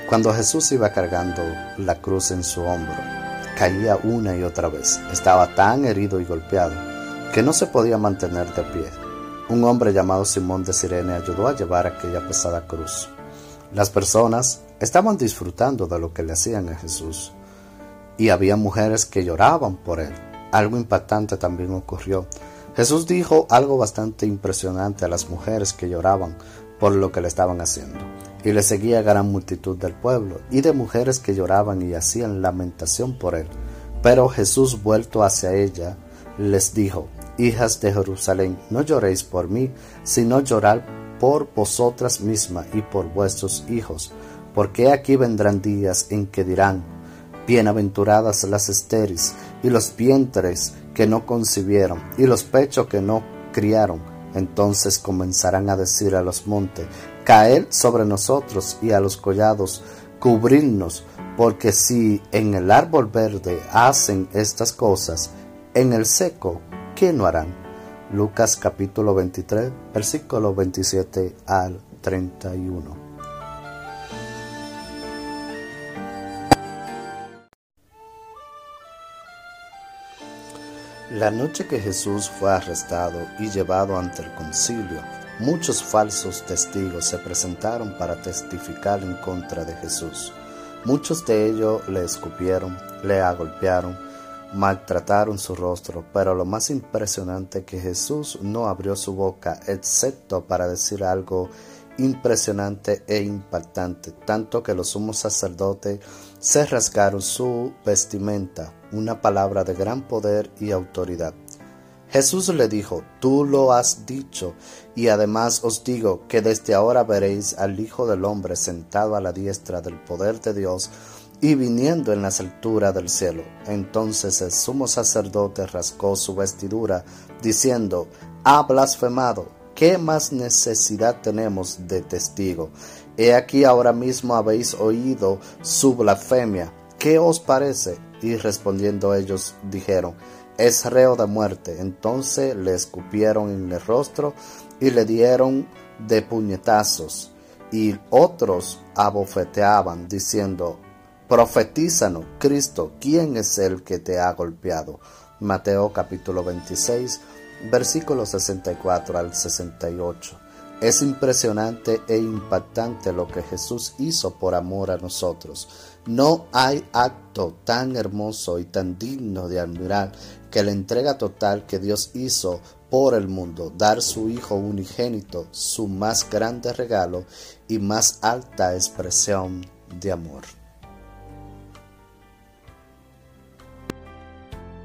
Cuando Jesús iba cargando la cruz en su hombro, caía una y otra vez. Estaba tan herido y golpeado que no se podía mantener de pie. Un hombre llamado Simón de Cirene ayudó a llevar aquella pesada cruz. Las personas estaban disfrutando de lo que le hacían a Jesús, y había mujeres que lloraban por él. Algo impactante también ocurrió. Jesús dijo algo bastante impresionante a las mujeres que lloraban por lo que le estaban haciendo, y le seguía gran multitud del pueblo y de mujeres que lloraban y hacían lamentación por él. Pero Jesús, vuelto hacia ella, les dijo: Hijas de Jerusalén, no lloréis por mí, sino llorad por vosotras mismas y por vuestros hijos, porque aquí vendrán días en que dirán: bienaventuradas las estériles y los vientres que no concibieron y los pechos que no criaron. Entonces comenzarán a decir a los montes: caed sobre nosotros, y a los collados: cubridnos, porque si en el árbol verde hacen estas cosas, en el seco, ¿qué no harán? Lucas capítulo 23, versículo 27 al 31. La noche que Jesús fue arrestado y llevado ante el concilio, muchos falsos testigos se presentaron para testificar en contra de Jesús. Muchos de ellos le escupieron, le agolpearon, maltrataron su rostro, pero lo más impresionante es que Jesús no abrió su boca excepto para decir algo impresionante e impactante, tanto que los sumos sacerdotes se rasgaron su vestimenta, una palabra de gran poder y autoridad. Jesús le dijo: tú lo has dicho, y además os digo que desde ahora veréis al Hijo del Hombre sentado a la diestra del poder de Dios y viniendo en las alturas del cielo. Entonces el sumo sacerdote rasgó su vestidura, diciendo: ha blasfemado. ¿Qué más necesidad tenemos de testigo? He aquí ahora mismo habéis oído su blasfemia. ¿Qué os parece? Y respondiendo ellos dijeron: es reo de muerte. Entonces le escupieron en el rostro y le dieron de puñetazos, y otros abofeteaban diciendo: profetízanos, Cristo, ¿quién es el que te ha golpeado? Mateo capítulo 26, versículos 64 al 68. Es impresionante e impactante lo que Jesús hizo por amor a nosotros. No hay acto tan hermoso y tan digno de admirar que la entrega total que Dios hizo por el mundo, dar su Hijo unigénito, su más grande regalo y más alta expresión de amor.